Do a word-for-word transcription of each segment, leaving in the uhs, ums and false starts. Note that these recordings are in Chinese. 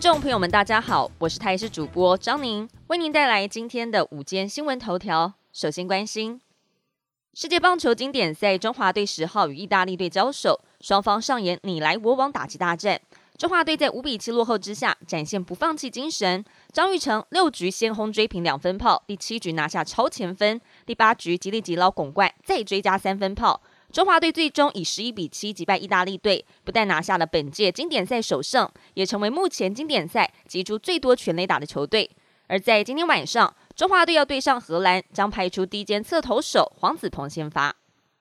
众朋友们，大家好，我是台视主播张宁，为您带来今天的午间新闻头条。首先关心世界棒球经典赛，中华队十号与意大利队交手，双方上演你来我往打击大战。中华队在五比七落后之下，展现不放弃精神。张育成六局先轰追平两分炮，第七局拿下超前分，第八局极力击捞拱怪，再追加三分炮。中华队最终以十一比七击败意大利队，不但拿下了本届经典赛首胜，也成为目前经典赛击出最多全垒打的球队。而在今天晚上，中华队要对上荷兰，将派出低肩侧投手黄子鹏先发。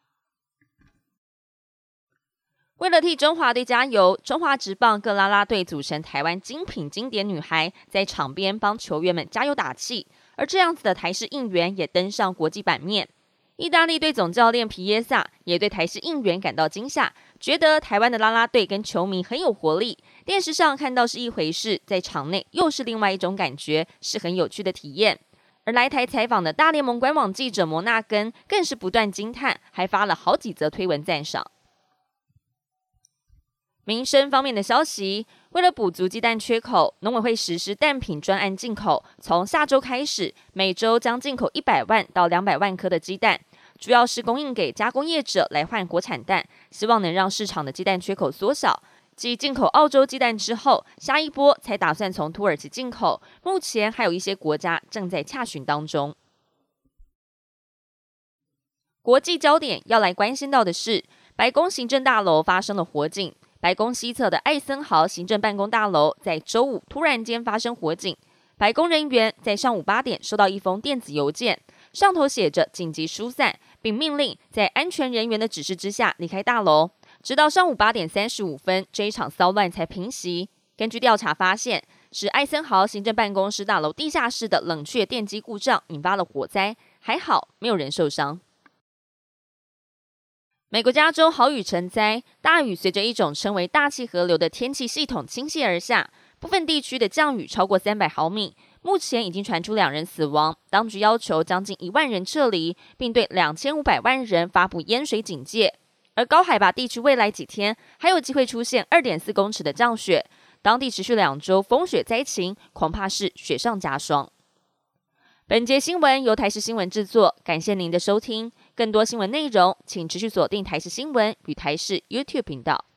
为了替中华队加油，中华职棒各啦啦队组成台湾精品经典女孩，在场边帮球员们加油打气。而这样子的台式应援也登上国际版面。意大利队总教练皮耶萨也对台式应援感到惊吓，觉得台湾的啦啦队跟球迷很有活力。电视上看到是一回事，在场内又是另外一种感觉，是很有趣的体验。而来台采访的大联盟官网记者摩纳根更是不断惊叹，还发了好几则推文赞赏。民生方面的消息，为了补足鸡蛋缺口，农委会实施蛋品专案进口，从下周开始，每周将进口一百万到两百万颗的鸡蛋，主要是供应给加工业者来换国产蛋，希望能让市场的鸡蛋缺口缩小。继进口澳洲鸡蛋之后，下一波才打算从土耳其进口，目前还有一些国家正在洽询当中。国际焦点要来关心到的是，白宫行政大楼发生了火警。白宫西侧的艾森豪行政办公大楼在周五突然间发生火警，白宫人员在上午八点收到一封电子邮件，上头写着紧急疏散，并命令在安全人员的指示之下离开大楼。直到上午八点三十五分，这一场骚乱才平息。根据调查发现，是艾森豪行政办公室大楼地下室的冷却电机故障引发了火灾，还好没有人受伤。美国加州豪雨成灾，大雨随着一种称为大气河流的天气系统倾泻而下，部分地区的降雨超过三百毫米，目前已经传出两人死亡，当局要求将近一万人撤离，并对两千五百万人发布淹水警戒。而高海拔地区未来几天还有机会出现 二点四公尺的降雪，当地持续两周风雪灾情，恐怕是雪上加霜。本节新闻由台视新闻制作，感谢您的收听。更多新闻内容，请持续锁定台视新闻与台视 YouTube 频道。